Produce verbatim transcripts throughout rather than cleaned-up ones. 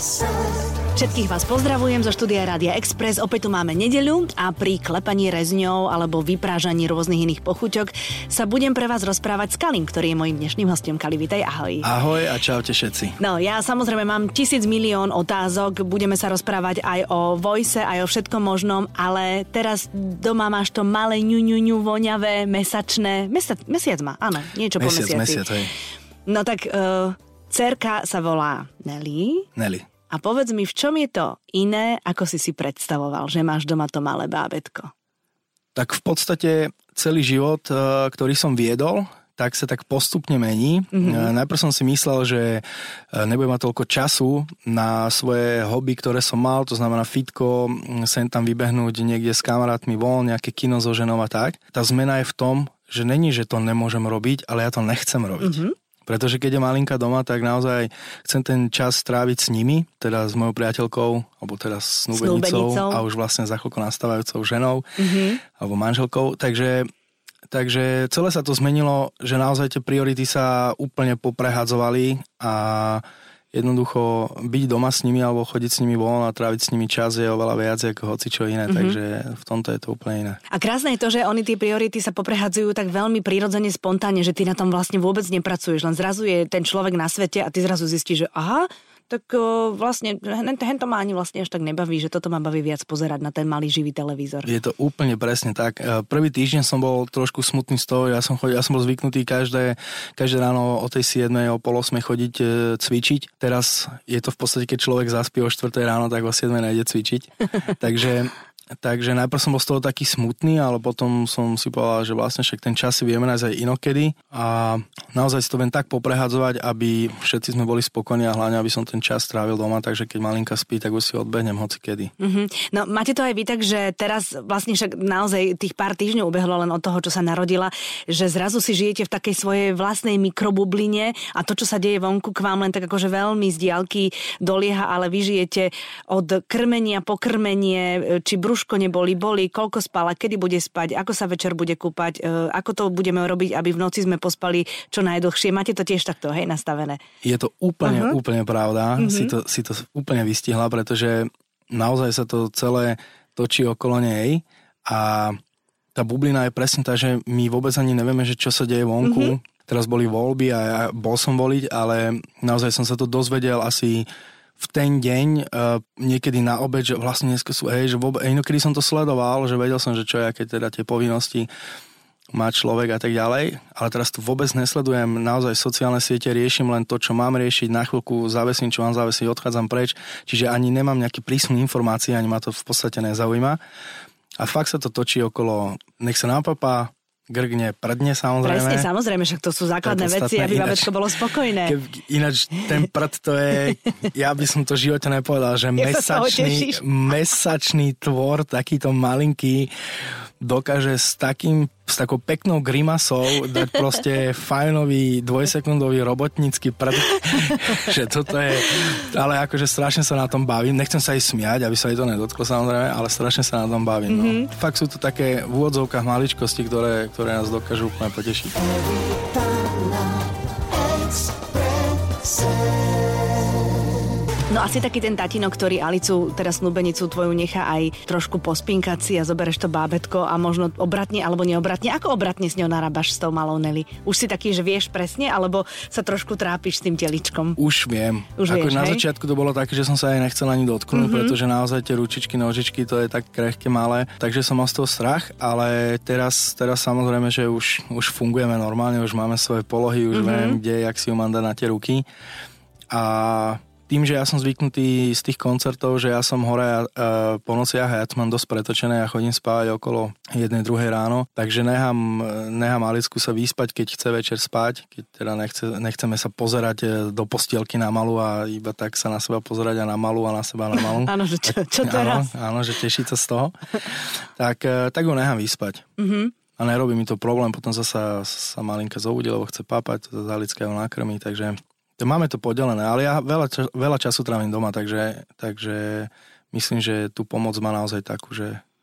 Všetkých vás pozdravujem zo štúdia Rádia Express. Opäť tu máme nedeľu a pri klepaní rezňou alebo vyprážaní rôznych iných pochuťok sa budem pre vás rozprávať s Kalim, ktorý je mojím dnešným hostom. Kali, vitaj, ahoj. Ahoj a čaute všetci. No, ja samozrejme mám tisíc milión otázok, budeme sa rozprávať aj o Voice, aj o všetkom možnom, ale teraz doma máš to malé ňu, ňu, ňu, voňavé, mesačné, mesiac, mesiac má, áno, niečo mesiac, po mesiaci. Mesiac, hej. No tak, uh, dcerka sa volá Nelly. Nelly. A povedz mi, v čom je to iné, ako si si predstavoval, že máš doma to malé bábätko? Tak v podstate celý život, ktorý som viedol, tak sa tak postupne mení. Mm-hmm. Najprv som si myslel, že nebudem mať toľko času na svoje hobby, ktoré som mal, to znamená fitko, sem tam vybehnúť niekde s kamarátmi von, nejaké kino so ženou a tak. Tá zmena je v tom, že není, že to nemôžem robiť, ale ja to nechcem robiť. Mm-hmm. Pretože keď je malinka doma, tak naozaj chcem ten čas stráviť s nimi, teda s mojou priateľkou, alebo teda s snúbenicou a už vlastne za chvíľku nastávajúcou ženou, mm-hmm. alebo manželkou. Takže, takže celé sa to zmenilo, že naozaj tie priority sa úplne poprehadzovali a jednoducho byť doma s nimi alebo chodiť s nimi von a tráviť s nimi čas je oveľa viac ako hocičo iné, mm-hmm. takže v tomto je to úplne iné. A krásne je to, že oni tie priority sa poprehadzujú tak veľmi prirodzene, spontánne, že ty na tom vlastne vôbec nepracuješ, len zrazu je ten človek na svete a ty zrazu zistíš, že aha, tak uh, vlastne hen to ma ani vlastne až tak nebaví, že toto ma baví viac pozerať na ten malý živý televízor. Je to úplne presne tak. Prvý týždeň som bol trošku smutný z toho, ja som, chodil, ja som bol zvyknutý každé, každé ráno o tej siedmej, o pol osmej chodiť e, cvičiť. Teraz je to v podstate, keď človek zaspí o štvrtej ráno, tak o siedmej nejde cvičiť. Takže Takže najprv som bol z toho taký smutný, ale potom som si povedal, že vlastne však ten čas si vieme nájsť aj inokedy a naozaj si to viem tak poprehadzovať, aby všetci sme boli spokojní a hlavne, aby som ten čas strávil doma, takže keď malinka spí, tak už si odbehnem hocikedy. Mm-hmm. No máte to aj vy tak, že teraz vlastne však naozaj tých pár týždňov ubehlo len od toho, čo sa narodila, že zrazu si žijete v takej svojej vlastnej mikrobubline a to, čo sa deje vonku, k vám len tak akože veľmi z diaľky dolieha, ale vy žijete od krmenia po krmenie, či brúško neboli, boli, koľko spala, kedy bude spať, ako sa večer bude kúpať, ako to budeme robiť, aby v noci sme pospali čo najdlhšie. Máte to tiež takto, hej, nastavené? Je to úplne, uh-huh. úplne pravda. Uh-huh. Si, to, si to úplne vystihla, pretože naozaj sa to celé točí okolo nej a tá bublina je presne tá, že my vôbec ani nevieme, že čo sa deje vonku. Uh-huh. Teraz boli voľby a ja bol som voliť, ale naozaj som sa to dozvedel asi v ten deň, uh, niekedy na obed, že vlastne dneska sú, hej, že vôbec, inokedy som to sledoval, že vedel som, že čo je, aké teda tie povinnosti má človek a tak ďalej, ale teraz to vôbec nesledujem, naozaj sociálne siete riešim len to, čo mám riešiť, na chvíľku zavesím, čo mám zavesiť, odchádzam preč, čiže ani nemám nejaké prísne informácie, ani ma to v podstate nezaujíma a fakt sa to točí okolo, nech sa napapá, grgne, prdne samozrejme. Presne, samozrejme, však to sú základné to veci, aby babetko bolo spokojné. Keb, ináč ten prd to je, ja by som to v živote nepovedal, že mesačný, mesačný tvor, takýto malinký, dokáže s takým, s takou peknou grimasou dať proste fajnový dvojsekundový robotnícky prd, že toto je, ale akože strašne sa na tom bavím, nechcem sa aj smiať, aby sa jej to nedotklo samozrejme, ale strašne sa na tom bavím. Mm-hmm. No. Fakt sú to také v úvodzovkách maličkosti, ktoré, ktoré nás dokážu úplne potešiť. No asi taký ten tatino, ktorý Alicu, teda snúbenicu tvoju, nechá aj trošku pospínkať si a zobereš to bábätko a možno obratne alebo neobratne. Ako obratne s ňou narábaš s tou malou Nelly? Už si taký, že vieš presne, alebo sa trošku trápiš s tým teličkom? Už viem. Už Ako vieš, na hej? začiatku to bolo také, že som sa aj nechcel ani dotknúť, mm-hmm. pretože naozaj tie ručičky, nožičky, to je tak krehké malé. Takže som mal z toho strach, ale teraz, teraz samozrejme, že už, už fungujeme normálne, už máme svoje polohy, už mm-hmm. viem, kde, jak si ju mám dať na tie ruky. A tým, že ja som zvyknutý z tých koncertov, že ja som hore a, a po nociach a ja to mám dosť pretočené a chodím spávať okolo jednej, druhej ráno, takže nechám, nechám Alicku sa vyspať, keď chce večer spať, keď teda nechce, nechceme sa pozerať do postielky na malú a iba tak sa na seba pozerať a na malú a na seba na malú. Áno, že čo, čo teraz? Áno, áno, že teší sa z toho. tak, tak ho nechám vyspať. Mhm. A nerobí mi to problém, potom zasa sa malinka zobudí, lebo chce papať, to Alicka ho nakrmí, takže máme to podelené, ale ja veľa, čas, veľa času trávim doma, takže, takže myslím, že tú pomoc má naozaj takú, že,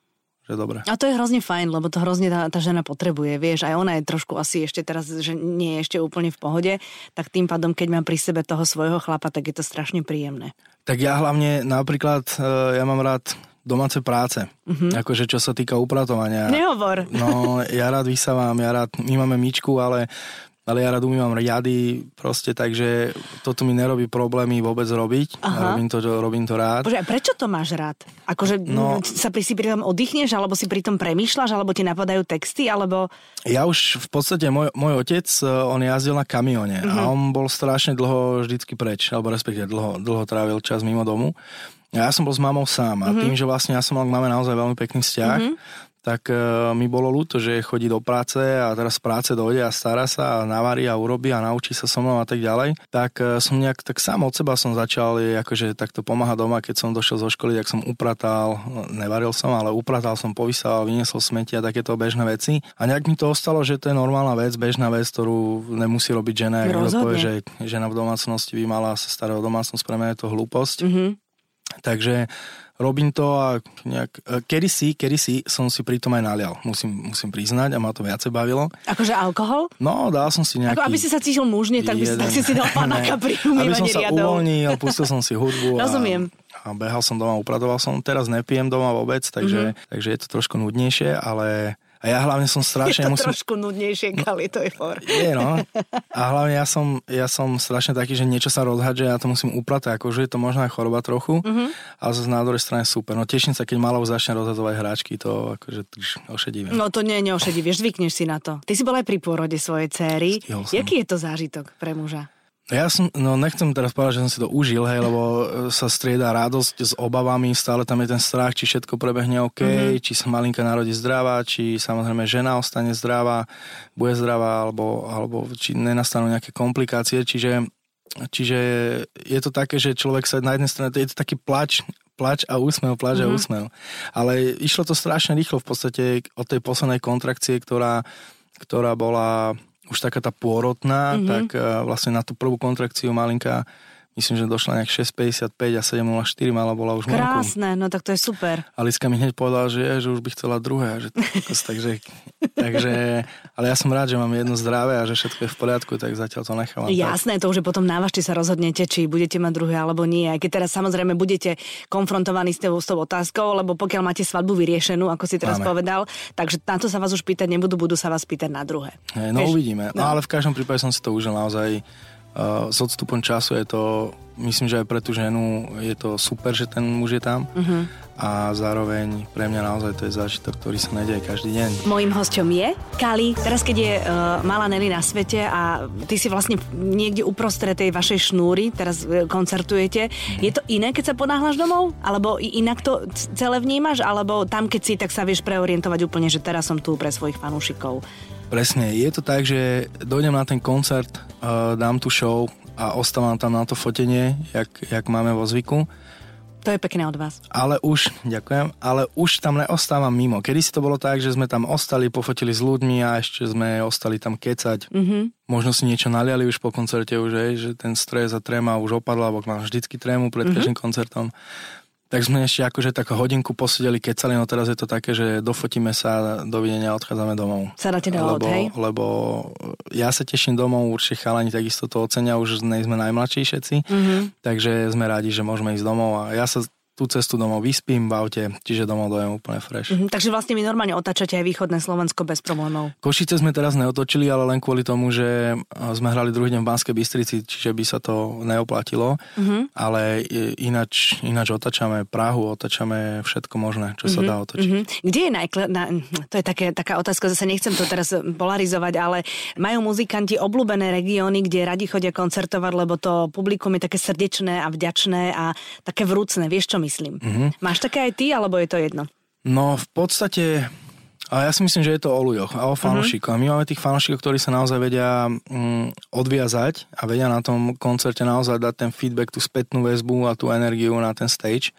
že dobre. A to je hrozne fajn, lebo to hrozne tá, tá žena potrebuje, vieš, aj ona je trošku asi ešte teraz, že nie je ešte úplne v pohode, tak tým pádom, keď mám pri sebe toho svojho chlapa, tak je to strašne príjemné. Tak ja hlavne napríklad, ja mám rád domáce práce, mm-hmm. akože čo sa týka upratovania. Nehovor. No, ja rád vysávam, ja rád, my máme myčku, ale ale ja rád umývam riady, proste, takže toto mi nerobí problémy vôbec robiť. A robím to, robím to rád. Bože, a prečo to máš rád? Akože no, sa pri si pri tom oddychneš, alebo si pri tom premýšľaš, alebo ti napadajú texty, alebo... Ja už v podstate, môj, môj otec, on jazdil na kamióne uh-huh. a on bol strašne dlho vždycky preč, alebo respektíve dlho, dlho trávil čas mimo domu. Ja som bol s mamou sám a uh-huh. tým, že vlastne ja som mal k mame naozaj veľmi pekný vzťah, uh-huh. tak uh, mi bolo ľúto, že chodí do práce a teraz z práce dojde a stará sa a navarí a urobí a naučí sa so mnou a tak ďalej. Tak uh, som nejak, tak sám od seba som začal akože takto pomáhať doma, keď som došiel zo školy, tak som upratal, nevaril som, ale upratal som, povysával, vyniesol smeti a takéto bežné veci. A nejak mi to ostalo, že to je normálna vec, bežná vec, ktorú nemusí robiť žena. Ako povie, že žena v domácnosti by mala sa starať o domácnosť, pre mňa je to hlúposť. Mm-hmm. Takže robím to a nejak... Kedysi, kedysi som si pri tom aj nalial, musím, musím priznať, a ma to viacej bavilo. Akože alkohol? No, dal som si nejaký... Ako aby si sa cítil mužne, tak, by si, tak si si dal panáka pri umývaní riadov. Aby som sa riadov. uvoľnil, pustil som si hudbu. Rozumiem. A, a behal som doma, upratoval som. Teraz nepijem doma vôbec, takže, mm-hmm. takže je to trošku nudnejšie, ale... A ja hlavne som strašne... Je to musím... trošku nudnejšie, Kali, to je for. Je, no. A hlavne ja som, ja som strašne taký, že niečo sa rozhadže, ja to musím upratať, akože je to možná aj choroba trochu, mm-hmm. ale zase na druhej strane super. No teším sa, keď malou začne rozhadzovať hráčky, to akože ošedivím. No to nie, neošedivieš, zvykneš si na to. Ty si bol aj pri pôrode svojej céry. Jaký je to zážitok pre muža? Ja som, no nechcem teraz povedať, že som si to užil, hej, lebo sa strieda radosť s obavami, stále tam je ten strach, či všetko prebehne OK, mm-hmm. či sa malinka narodí zdravá, či samozrejme žena ostane zdravá, bude zdravá, alebo, alebo či nenastanú nejaké komplikácie, čiže, čiže je to také, že človek sa na jednej strane, je to taký plač, plač a úsmev, plač mm-hmm. a úsmev. Ale išlo to strašne rýchlo v podstate od tej poslednej kontrakcie, ktorá, ktorá bola... už taká tá pôrodná, mm-hmm. tak uh, vlastne na tú prvú kontrakciu malinka, myslím, že došla nejak šesť päťdesiatpäť a sedem nula štyri mala, bola už vonku. Krásne, no tak to je super. A Liska mi hneď povedala, že, je, že už by chcela druhé. Že, takže, takže, ale ja som rád, že mám jedno zdravé a že všetko je v poriadku, tak zatiaľ to nechávam. Jasné, tak. To už je potom na vás, či sa rozhodnete, či budete mať druhé alebo nie. Aj keď teraz samozrejme budete konfrontovaní s tou, s tou otázkou, lebo pokiaľ máte svadbu vyriešenú, ako si teraz Máme. povedal, takže na to sa vás už pýtať nebudú, budú sa vás pýtať na druhé. Hey, no Víš? uvidíme. No. no ale v každom prípade som si to užil naozaj. Uh, s odstupom času je to, myslím, že aj pre tú ženu je to super, že ten muž je tam uh-huh. a zároveň pre mňa naozaj to je zážitok, ktorý sa nedieje každý deň. Mojím hosťom je Kali. Teraz, keď je uh, malá Nelly na svete a ty si vlastne niekde uprostred tej vašej šnúry, teraz uh, koncertujete, uh-huh. je to iné, keď sa ponáhľaš domov? Alebo inak to celé vnímaš? Alebo tam, keď si, tak sa vieš preorientovať úplne, že teraz som tu pre svojich fanúšikov? Presne, je to tak, že dojdem na ten koncert, uh, dám tú show a ostávam tam na to fotenie, jak, jak máme vo zvyku. To je pekné od vás. Ale už, ďakujem, ale už tam neostávam mimo. Kedy si to bolo tak, že sme tam ostali, pofotili s ľuďmi a ešte sme ostali tam kecať. Mm-hmm. Možno si niečo naliali už po koncerte, už, hej, že ten stres a tréma už opadla, lebo mám vždycky trému pred mm-hmm. každým koncertom. Tak sme ešte akože tak hodinku posedeli, kecali, no teraz je to také, že dofotíme sa, dovidenia, odchádzame domov. Sadáte na lebo, hej? Lebo ja sa teším domov, určite chalani takisto to ocenia, už nejsme najmladší všetci, mm-hmm. takže sme rádi, že môžeme ísť domov a ja sa tú cestu domov vyspím v aute, čiže domov dojem úplne fresh. Mm-hmm, takže vlastne vy normálne otáčate aj východné Slovensko bez problémov. Košice sme teraz neotočili, ale len kvôli tomu, že sme hrali druhý deň v Banskej Bystrici, čiže by sa to neoplatilo, mm-hmm. ale ináč, ináč otáčame Prahu, otáčame všetko možné, čo mm-hmm. sa dá otočiť. Mm-hmm. Kde je najkle... Na... To je také, taká otázka, zase nechcem to teraz polarizovať, ale majú muzikanti obľúbené regióny, kde radi chodia koncertovať, lebo to publikum je také srdečné a vďačné a také vrúcne, vieš čo my myslím. Mm-hmm. Máš také aj ty, alebo je to jedno? No v podstate, ale ja si myslím, že je to o ľuďoch a o fanúšikoch. Mm-hmm. My máme tých fanúšikov, ktorí sa naozaj vedia mm, odviazať a vedia na tom koncerte naozaj dať ten feedback, tú spätnú väzbu a tú energiu na ten stage.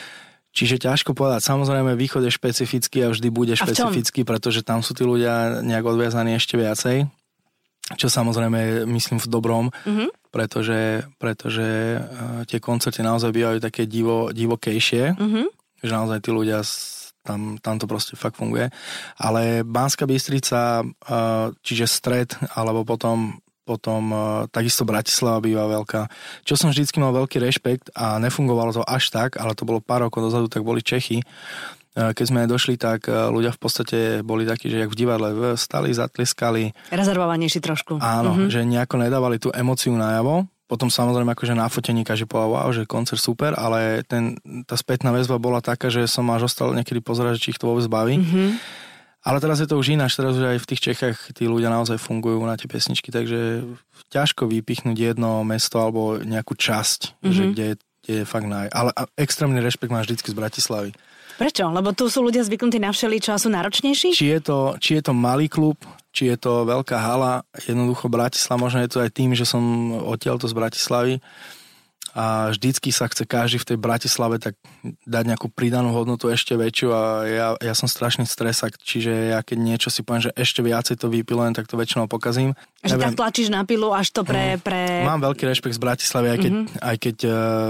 Čiže ťažko povedať. Samozrejme, východ je špecifický a vždy bude špecifický, pretože tam sú tí ľudia nejak odviazaní ešte viacej. Čo samozrejme myslím v dobrom, mm-hmm. pretože, pretože uh, tie koncerty naozaj bývajú také divo, divokejšie, mm-hmm. že naozaj tí ľudia tam, tam to proste fakt funguje. Ale Banská Bystrica, čiže stred, alebo potom potom uh, takisto Bratislava býva veľká. Čo som vždycky mal veľký rešpekt a nefungovalo to až tak, ale to bolo pár rokov dozadu, tak boli Čechy. Uh, keď sme došli, tak uh, ľudia v podstate boli takí, že jak v divadle stali, zatliskali. Rezervovanejší trošku. Áno, mm-hmm. že nejako nedávali tú emóciu najavo. Potom samozrejme akože na fotení každý povedal, wow, že koncert super, ale ten, tá spätná väzba bola taká, že som až ostal niekedy pozerať, či ich to vôbec baví. Mm-hmm. Ale teraz je to už ináč, teraz už aj v tých Čechách tí ľudia naozaj fungujú na tie pesničky, takže ťažko vypichnúť jedno mesto alebo nejakú časť, mm-hmm. že kde, kde je fakt naj... Ale extrémny rešpekt mám vždycky z Bratislavy. Prečo? Lebo tu sú ľudia zvyknutí na všeličo a sú náročnejší? Či je to, či je to malý klub, či je to veľká hala, jednoducho Bratislava, možno je to aj tým, že som odtiaľto z Bratislavy, a vždycky sa chce každý v tej Bratislave tak dať nejakú pridanú hodnotu ešte väčšiu a ja, ja som strašný stresak, čiže ja keď niečo si poviem, že ešte viacej to vypilujem, tak to väčšinou pokazím. Že tak tlačíš na pilu až to pre... pre... Mám veľký rešpekt z Bratislavy, aj keď, mm-hmm. aj keď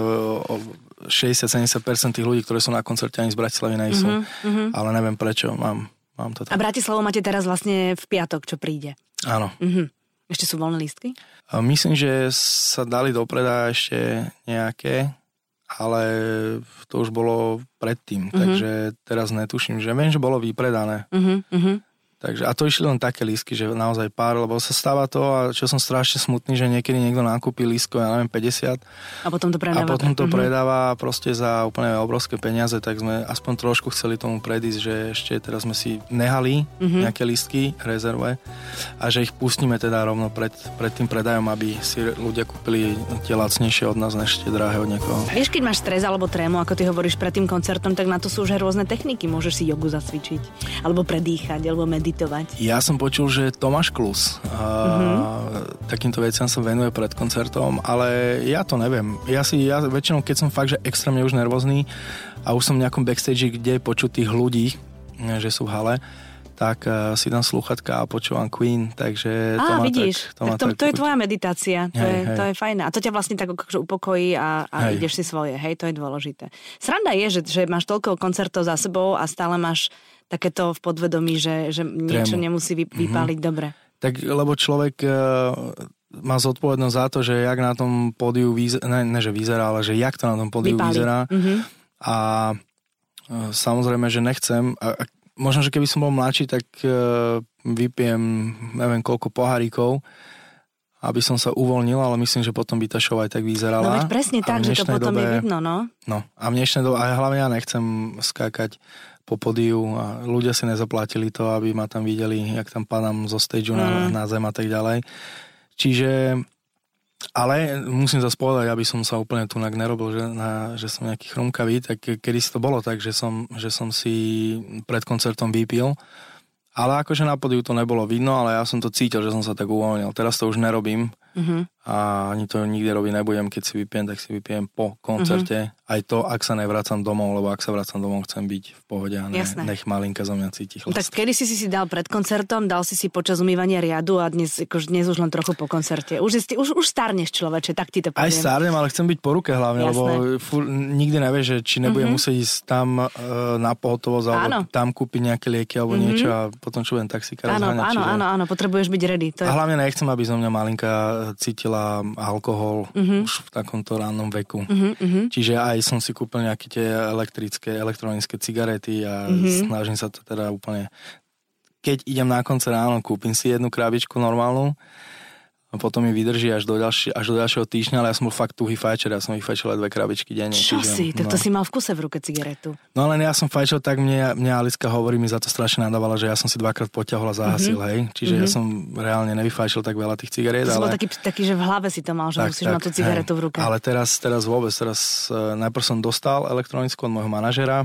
uh, šesťdesiat až sedemdesiat percent tých ľudí, ktorí sú na koncerte, ani z Bratislavy nejsú. Mm-hmm. Ale neviem prečo, mám, mám to tak. A Bratislavu máte teraz vlastne v piatok, čo príde. Áno. Mm-hmm. Ešte sú voľné lístky? Myslím, že sa dali do predaja ešte nejaké, ale to už bolo predtým, mm-hmm. takže teraz netuším, že viem, že bolo vypredané. Mm-hmm. Takže, a to išli len také lístky, že naozaj pár, lebo sa stáva to, a čo som strašne smutný, že niekedy niekto nákupí lístko, ja neviem, päťdesiat. A potom to predáva. A potom to mm-hmm. predáva proste za úplne obrovské peniaze, tak sme aspoň trošku chceli tomu predísť, že ešte teraz sme si nehali mm-hmm. nejaké lístky, rezerve, a že ich pustíme teda rovno pred, pred tým predajom, aby si ľudia kúpili tie lacnejšie od nás, než tie drahé od niekoho. Vieš, keď máš stres alebo trému, ako ty hovoríš pred tým koncertom, tak na to sú už aj rôzne techniky. Môžeš si jogu zacvičiť, alebo predýchať, alebo meditovať. Ja som počul, že Tomáš Klus uh, mm-hmm. takýmto veciam sa venuje pred koncertom, ale ja to neviem. Ja si, ja väčšinou, keď som fakt, že extrémne už nervózny a už som v nejakom backstage, kde počuť tých ľudí, že sú v hale, tak uh, si dám slúchatka a počúvam Queen, takže to Á, má vidíš, tak, to, má to, tak, to je tvoja meditácia, to, hej, je, hej. to je fajné. A to ťa vlastne tak akože upokojí a, a ideš si svoje, hej, to je dôležité. Sranda je, že, že máš toľko koncertov za sebou a stále máš takéto v podvedomí, že, že niečo Trému. nemusí vypáliť mm-hmm. dobre. Tak, lebo človek uh, má zodpovednosť za to, že jak na tom pódiu vyzerá, ne, ne že vyzerá, ale že jak to na tom pódiu Vypáli. vyzerá. Mm-hmm. A uh, samozrejme, že nechcem. A, a možno, že keby som bol mladší, tak uh, vypijem neviem koľko poháríkov, aby som sa uvoľnil, ale myslím, že potom by tá show aj tak vyzerala. No veď presne tak, že to potom dobe, je vidno, no. No a v dnešnej dobe, a hlavne ja nechcem skákať po pódiu a ľudia si nezaplatili to, aby ma tam videli, jak tam padám zo stageu mm. na, na zem a tak ďalej. Čiže, ale musím zase povedať, aby som sa úplne tunak nerobil, že, na, že som nejaký chrumkavý, tak kedy si to bolo tak, že som, že som si pred koncertom vypil. Ale akože na pódiu to nebolo vidno, ale ja som to cítil, že som sa tak uvoľnil. Teraz to už nerobím uh-huh. a ani to nikdy robiť nebudem. Keď si vypijem, tak si vypijem po koncerte. Uh-huh. Aj to, ak sa nevracam domov, lebo ak sa vracam domov, chcem byť v pohode a ne, nech malinka zo mňa cíti chlast. Tak kedy si si dal pred koncertom, dal si si počas umývania riadu a dnes, akože dnes už len trochu po koncerte. Už, je, už, už starneš, človeče, tak ti to poviem. Aj starnem, ale chcem byť po ruke hlavne, Jasné. lebo fú, nikdy nevieš, že či nebudem uh-huh. musieť ísť tam uh, na pohotovosť, alebo tam kúpiť nejaké lieky alebo uh-huh. niečo a potom čo budem taxíka rozháňať. Áno, áno, áno, potrebuješ byť ready. To je... A hlavne nechcem, aby zo mňa malinka cítila alkohol uh-huh. už v takomto rannom veku. Uh-huh, uh-huh. Čiže aj som si kúpil nejaké tie elektrické, elektronické cigarety a uh-huh. snažím sa to teda úplne... Keď idem na koncert, áno, kúpim si jednu krabičku normálnu a potom mi vydrží až do, ďalši, až do ďalšieho týždňa, ale ja som bol fakt tuhý fajčer, ja som ich fajčil aj dve krabičky denne. Čo čiže, si? Tak no. to si mal v kuse v ruke cigaretu. No len ja som fajčil, tak mne, mne Alicka hovorí, mi za to strašne nadávala, že ja som si dvakrát poťahol a zahasil, mm-hmm. hej. Čiže mm-hmm. ja som reálne nevyfajčil tak veľa tých cigariet. To ale... bol taký, taký, že v hlave si to mal, že tak, musíš tak, mať tú cigaretu hej. v ruke. Ale teraz, teraz vôbec, teraz uh, najprv som dostal elektronickú od môjho manažera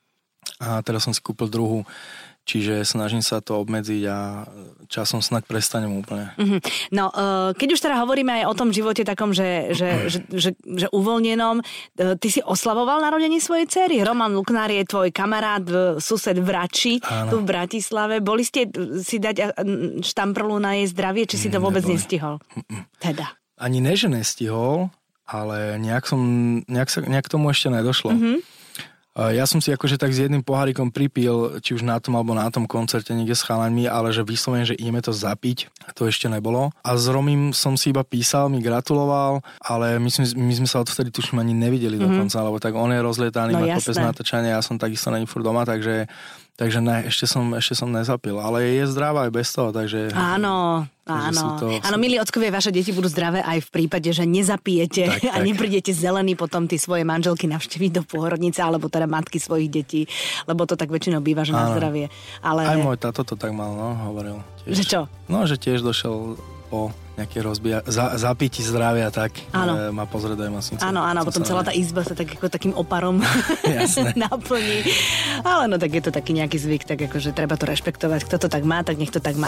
a teraz som si kúpil druhú. Čiže snažím sa to obmedziť a časom snáď prestanem úplne. Mm-hmm. No, uh, keď už teda hovoríme aj o tom živote takom, že, že, že, že, že uvoľnenom, uh, ty si oslavoval narodenie svojej dcery. Roman Luknár je tvoj kamarát, sused v Rači, Áno. tu v Bratislave. Boli ste si dať štamprlu na jej zdravie, či si to vôbec Neboli. nestihol? Mm-mm. Teda. Ani ne, že nestihol, ale nejak som, nejak, sa, nejak tomu ešte nedošlo. Mm-hmm. Ja som si akože tak s jedným pohárikom pripil, či už na tom alebo na tom koncerte niekde s chalanmi, ale že vyslovene, že ideme to zapiť, to ešte nebolo. A s Romím som si iba písal, mi gratuloval, ale my sme, my sme sa odvtedy tuším ani nevideli mm-hmm. dokonca, lebo tak on je rozlietaný, no, má kopec natáčania, ja som takisto není furt doma, takže Takže ne, ešte som, ešte som nezapil. Ale je zdravá aj bez toho, takže... Áno, áno. To, áno, milí ockovia, vaše deti budú zdravé aj v prípade, že nezapijete tak, a tak. neprídete zelený potom tí svoje manželky navštíviť do pôrodnice, alebo teda matky svojich detí, lebo to tak väčšinou býva, že na zdravie. Ale... Aj môj táto to tak mal, no, hovoril. Tiež. Že čo? No, že tiež došiel po nejaké rozbíja, za, zapíti zdravia, tak e, má pozrieť do nemocnice. Áno, áno, potom celá tá izba sa tak ako takým oparom naplní. Ale no tak je to taký nejaký zvyk, tak akože treba to rešpektovať. Kto to tak má, tak nech to tak má.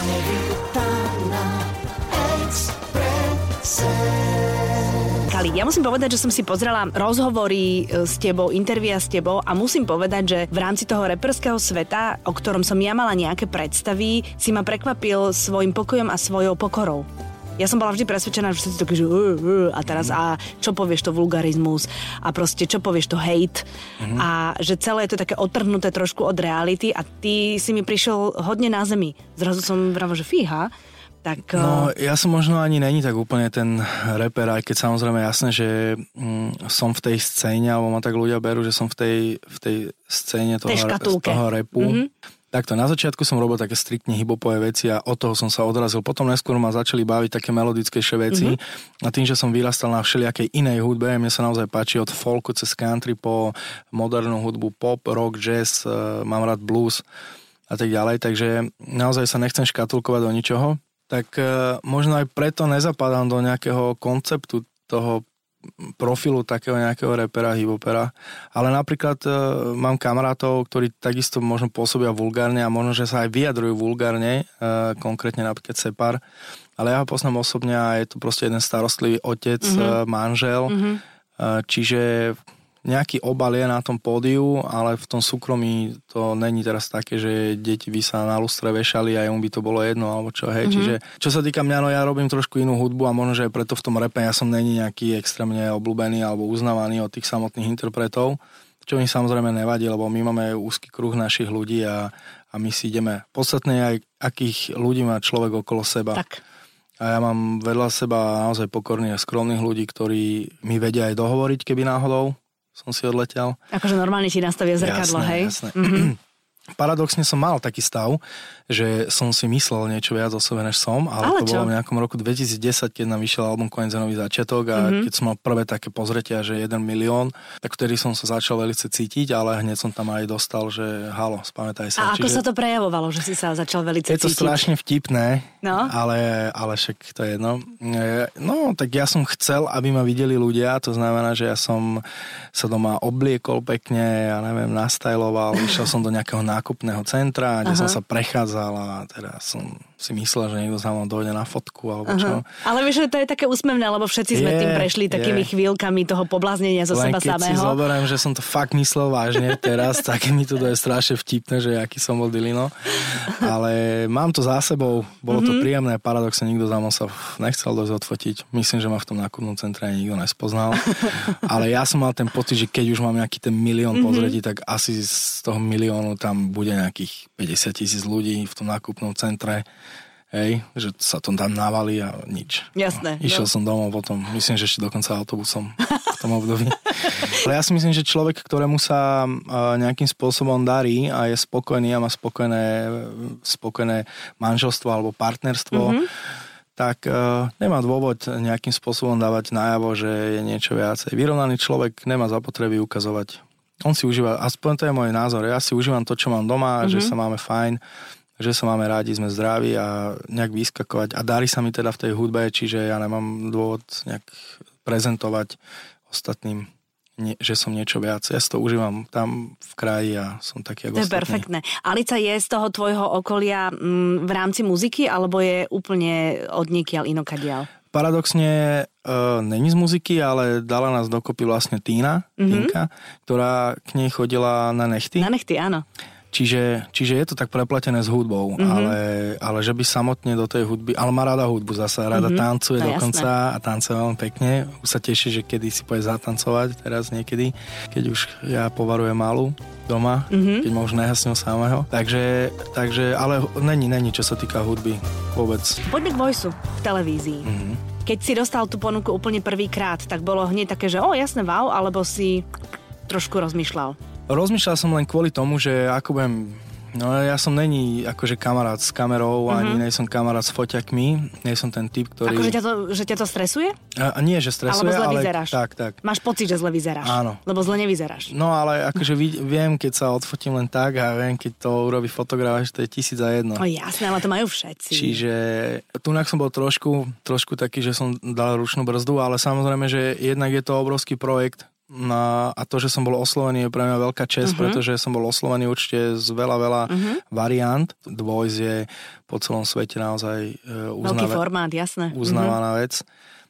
Kali, ja musím povedať, že som si pozrela rozhovory s tebou, intervia s tebou a musím povedať, že v rámci toho reperského sveta, o ktorom som ja mala nejaké predstavy, si ma prekvapil svojim pokojom a svojou pokorou. Ja som bola vždy presvedčená, že všetci taký, že uh, uh, a teraz a čo povieš to vulgarizmus a proste čo povieš to hate mm-hmm. a že celé je to také odtrhnuté trošku od reality a ty si mi prišiel hodne na zemi. Zrazu som vravo, že fíha. Tak, no, ja som možno ani není tak úplne ten reper, aj keď samozrejme jasné, že mm, som v tej scéne, alebo ma tak ľudia berú, že som v tej, v tej scéne toho, toho repu. Mm-hmm. Takto, na začiatku som robil také striktne hip-hopové veci a od toho som sa odrazil. Potom neskôr ma začali baviť také melodickejšie veci mm-hmm. a tým, že som vyrastal na všelijakej inej hudbe, mne sa naozaj páči od folku cez country po modernú hudbu, pop, rock, jazz, mám rád blues a tak ďalej, takže naozaj sa nechcem škatulkovať do ničoho. Tak možno aj preto nezapadám do nejakého konceptu toho profilu takého nejakého repera, hip-hopera. Ale napríklad e, mám kamarátov, ktorí takisto možno pôsobia vulgárne a možno, že sa aj vyjadrujú vulgárne, e, konkrétne napríklad Separ. Ale ja ho poznám osobne a je to proste jeden starostlivý otec, mm-hmm. e, manžel. Mm-hmm. E, čiže nejaký obal je na tom pódiu, ale v tom súkromí to není teraz také, že deti by sa na lustre vešali a jemu by to bolo jedno, alebo čo, hej. Mm-hmm. Čiže čo sa týka mňa, no ja robím trošku inú hudbu a možno, že preto v tom rape ja som není nejaký extrémne obľúbený alebo uznávaný od tých samotných interpretov, čo mi samozrejme nevadí, lebo my máme úzky kruh našich ľudí a, a my si ideme. Podstatne aj akých ľudí má človek okolo seba. Tak. A ja mám vedľa seba naozaj pokorných a skromných ľudí, ktorí mi vedia aj dohovoriť, keby náhodou som si odletel. Akože normálne ti nastavia zrkadlo, jasné, hej? Jasné. Mm-hmm. Paradoxne som mal taký stav, že som si myslel niečo viac o sebe, než som, ale, ale to čo? Bolo v nejakom roku dvetisícdesať, keď nám vyšiel album Koniec a nový začiatok a mm-hmm. keď som mal prvé také pozretia, že jeden milión, tak vtedy som sa začal veľce cítiť, ale hneď som tam aj dostal, že halo, spamätaj sa. A Čiže... ako sa to prejavovalo, že si sa začal veľce cítiť? Je to strašne vtipné, no? ale, ale však to je jedno. No, tak ja som chcel, aby ma videli ľudia, to znamená, že ja som sa doma obliekol pekne, ja neviem, nastajloval, išiel som do nejakého nákupného centra, kde Aha. som sa prechádzal a teda som si myslel, že niekto za mnou dojde na fotku alebo Aha. čo. Ale vieš, že to je také úsmevné, lebo všetci je, sme tým prešli takými je. chvíľkami toho pobláznenia zo Len seba keď samého. Si zoberiem, že som to fakt myslel vážne teraz, tak mi to je strašne vtipné, že aký som bol dilino. Ale mám to za sebou, bolo mm-hmm. to príjemné, paradoxne nikto za mnou sa nechcel dosť odfotiť. Myslím, že ma v tom nákupnom centre nikto nespoznal. Ale ja som mal ten pocit, že keď už mám nejaký ten milión mm-hmm. pozretí, tak asi z toho miliónu tam bude nejakých päťdesiat tisíc ľudí v tom nákupnom centre. Hej, že sa to tam navalí a nič. Jasné. No, išiel no. som domov potom, myslím, že ešte dokonca autobusom v tom období. Ale ja si myslím, že človek, ktorému sa nejakým spôsobom darí a je spokojný a má spokojné, spokojné manželstvo alebo partnerstvo, mm-hmm. tak uh, nemá dôvod nejakým spôsobom dávať najavo, že je niečo viacej. Vyrovnaný človek nemá zapotreby ukazovať. On si užíva, aspoň to je môj názor, ja si užívam to, čo mám doma, mm-hmm. že sa máme fajn, že sa máme rádi, sme zdraví a nejak vyskakovať. A darí sa mi teda v tej hudbe, čiže ja nemám dôvod nejak prezentovať ostatným, nie, že som niečo viac. Ja si to užívam tam v kraji a som taký ako ostatný. To je perfektné. Alica je z toho tvojho okolia m, v rámci muziky, alebo je úplne odniekiaľ inokadiaľ? Paradoxne uh, není z muziky, ale dala nás dokopy vlastne Týna, mm-hmm. Tínka, ktorá k nej chodila na nechty. Na nechty, áno. Čiže, čiže je to tak prepletené s hudbou, mm-hmm. ale, ale že by samotne do tej hudby, ale má rada hudbu zasa, rada mm-hmm. tancuje no, dokonca jasné. A tancuje veľmi pekne. Už sa teší, že kedy si pôjde zatancovať, teraz niekedy, keď už ja povarujem malú doma, mm-hmm. keď ma už nehasnil samého. Takže, takže ale není, není, čo sa týka hudby vôbec. Poďme k Voiceu v televízii. Mm-hmm. Keď si dostal tú ponuku úplne prvýkrát, tak bolo hneď také, že o, jasné, wow, alebo si trošku rozmýšľal? Rozmýšľal som len kvôli tomu, že ako budem... No ja som není akože kamarát s kamerou, uh-huh. ani nie som kamarát s foťakmi, nie som ten typ, ktorý... Akože ťa to, že ťa to stresuje? A, a nie, že stresuje, ale... Alebo zle ale... vyzeráš. Tak, tak. Máš pocit, že zle vyzeráš. Áno. Lebo zle nevyzeráš. No ale akože viem, keď sa odfotím len tak a viem, keď to urobí fotograf, že to je tisíc za jedno. No jasné, ale to majú všetci. Čiže tunak som bol trošku, trošku taký, že som dal ručnú brzdu, ale samozrejme, že jednak je to obrovský projekt. No, a to, že som bol oslovený, je pre mňa veľká česť, uh-huh. pretože som bol oslovený určite z veľa, veľa uh-huh. variant. The Voice je po celom svete naozaj uznávaná, veľký formát, jasné. uznávaná uh-huh. vec.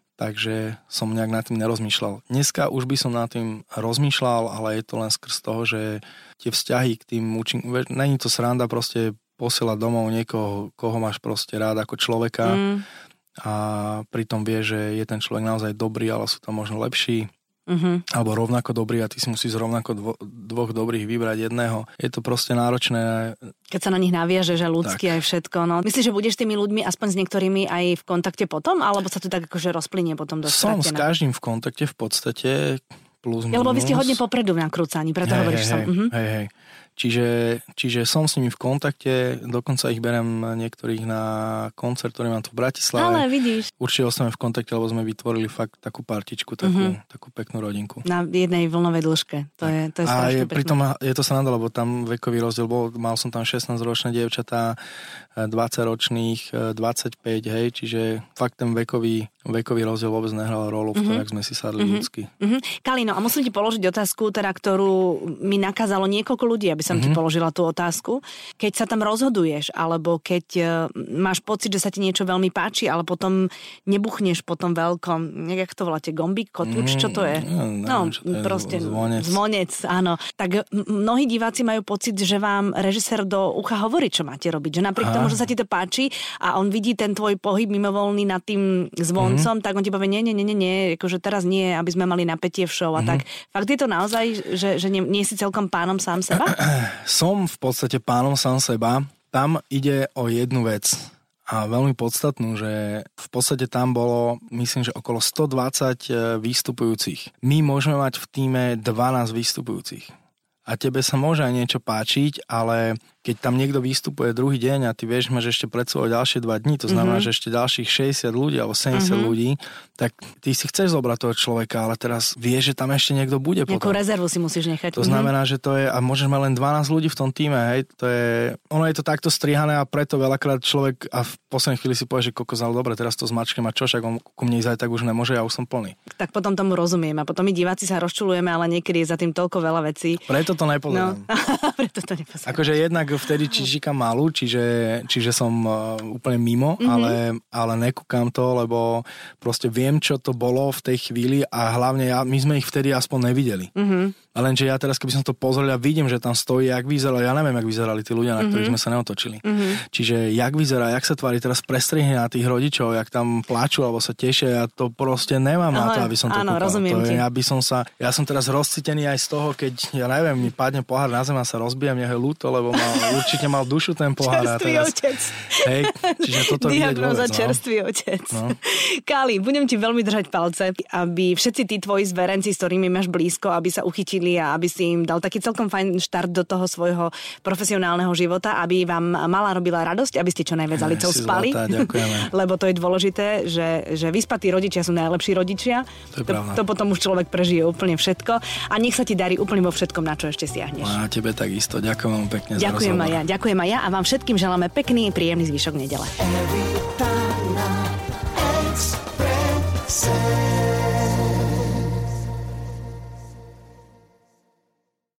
Takže som nejak nad tým nerozmýšľal. Dneska už by som nad tým rozmýšľal, ale je to len skrz toho, že tie vzťahy k tým účinkám, není to sranda proste posielať domov niekoho, koho máš proste rád ako človeka uh-huh. a pritom vie, že je ten človek naozaj dobrý, ale sú tam možno lepší. Uh-huh. Alebo rovnako dobrý a ty si musíš rovnako dvo, dvoch dobrých vybrať jedného. Je to proste náročné. Keď sa na nich naviaže, že ľudský aj všetko. No. Myslíš, že budeš s tými ľuďmi aspoň s niektorými aj v kontakte potom? Alebo sa to tak akože rozplynie potom do Som stratená? S každým v kontakte v podstate plus minus. Ja, lebo vy ste hodne popredu v nakrúcaní, preto hej, hovoríš hej, som. Uh-huh. Hej, hej. Čiže, čiže som s nimi v kontakte, dokonca ich berem niektorých na koncert, ktorý mám tu v Bratislave. Ale vidíš. Určite ostaneme v kontakte, lebo sme vytvorili fakt takú partičku, takú, uh-huh. takú peknú rodinku. Na jednej vlnovej dĺžke. To je, to je a je, pekné. pritom je to sranda, lebo tam vekový rozdiel bol, mal som tam šestnásťročné dievčatá, dvadsaťročných, dvadsaťpäť, hej, čiže fakt ten vekový, vekový rozdiel vôbec nehral rolu v tom, uh-huh. jak sme si sadli uh-huh. ľudsky. Uh-huh. Kalino, a musím ti položiť otázku, teda, ktorú mi nakázalo niekoľko ľudí, aby som mm-hmm. ti položila tú otázku. Keď sa tam rozhoduješ, alebo keď uh, máš pocit, že sa ti niečo veľmi páči, ale potom nebuchneš po tom veľkom, jak to voláte, gombík, kotúč, mm, čo to je? Ja, neviem, no, čo to je, proste zvonec. zvonec, áno. Tak mnohí diváci majú pocit, že vám režisér do ucha hovorí, čo máte robiť. Že napriek Aha. tomu, že sa ti to páči a on vidí ten tvoj pohyb mimovoľný nad tým zvoncom, mm-hmm. tak on ti povie, nie, nie, nie, nie, akože teraz nie, aby sme mali napätie v show a mm-hmm. tak. Fakt je to naozaj, že, že nie, nie si celkom pánom sám seba? Som v podstate pánom sám seba. Tam ide o jednu vec a veľmi podstatnú, že v podstate tam bolo, myslím, že okolo stodvadsať vystupujúcich. My môžeme mať v tíme dvanásť vystupujúcich. A tebe sa môže aj niečo páčiť, ale keď tam niekto vystupuje druhý deň a ty vieš, máš ešte pred sebou ďalšie dva dní, to znamená, mm-hmm. že ešte ďalších šesťdesiat ľudí alebo sedemdesiat mm-hmm. ľudí, tak ty si chceš zobrať toho človeka, ale teraz vieš, že tam ešte niekto bude potom. Nejakú rezervu si musíš nechať. To mm-hmm. znamená, že to je, a môžeš mať len dvanásť ľudí v tom týme, hej, to je, ono je to takto strihané a preto veľakrát človek a v poslednej chvíli si povie, že kokos, ale dobre, teraz to zmačkem a čo, však on ku mne ísť aj tak už nemôže, ja už som plný. Tak potom tomu rozumiem a potom my diváci sa rozčulujeme, ale niekedy je za tým toľko veľa vecí. Preto to nepozerám. No. Preto to nepozerám. Akože jednak vtedy čižika malú, čiže, čiže som uh, úplne mimo, mm-hmm. ale, ale nekúkam to, lebo proste viem, čo to bolo v tej chvíli a hlavne ja, my sme ich vtedy aspoň nevideli. Mm-hmm. A lenže ja teraz, keby som to pozrel a vidím, že tam stojí, jak vyzerali, ja neviem, jak vyzerali tí ľudia, na mm-hmm. ktorých sme sa neotočili. Mm-hmm. Čiže jak vyzerá, jak sa tvári, teraz prestrihne na tých rodičov, jak tam pláču alebo sa tešia, ja to proste nemám Aha, na to, aby som to áno, kúkal. Rozumiem to je, ti. ja by som sa, ja som teraz rozcítený aj z toho, keď, ja neviem, mi padne pohár na zem a sa rozbijem, je ľúto, lebo mal, určite mal dušu ten pohár. Čerstvý teraz, otec. Hej, čiže toto vidieť vôbec. Diagnóza čerstvý otec. No. Káli, budem ti veľmi držať palce, aby všetci tí tvoji zverenci, s ktorými máš blízko, aby sa uchytili a aby si im dal taký celkom fajn štart do toho svojho profesionálneho života, aby vám mala robila radosť, aby ste čo najviac zalicov spali. Zlatá, lebo to je dôležité, že, že vyspatí rodičia sú najlepší rodičia. To, to, to potom už človek prežije úplne všetko a nech sa ti darí úplne vo všetkom, na čo ešte siahneš. A tebe takisto. Ďakujem veľmi pekne ďakujem za rozhovor. Ďakujem aj ja. Ďakujem aj ja a vám všetkým želáme pekný, príjemný zvyšok nedele.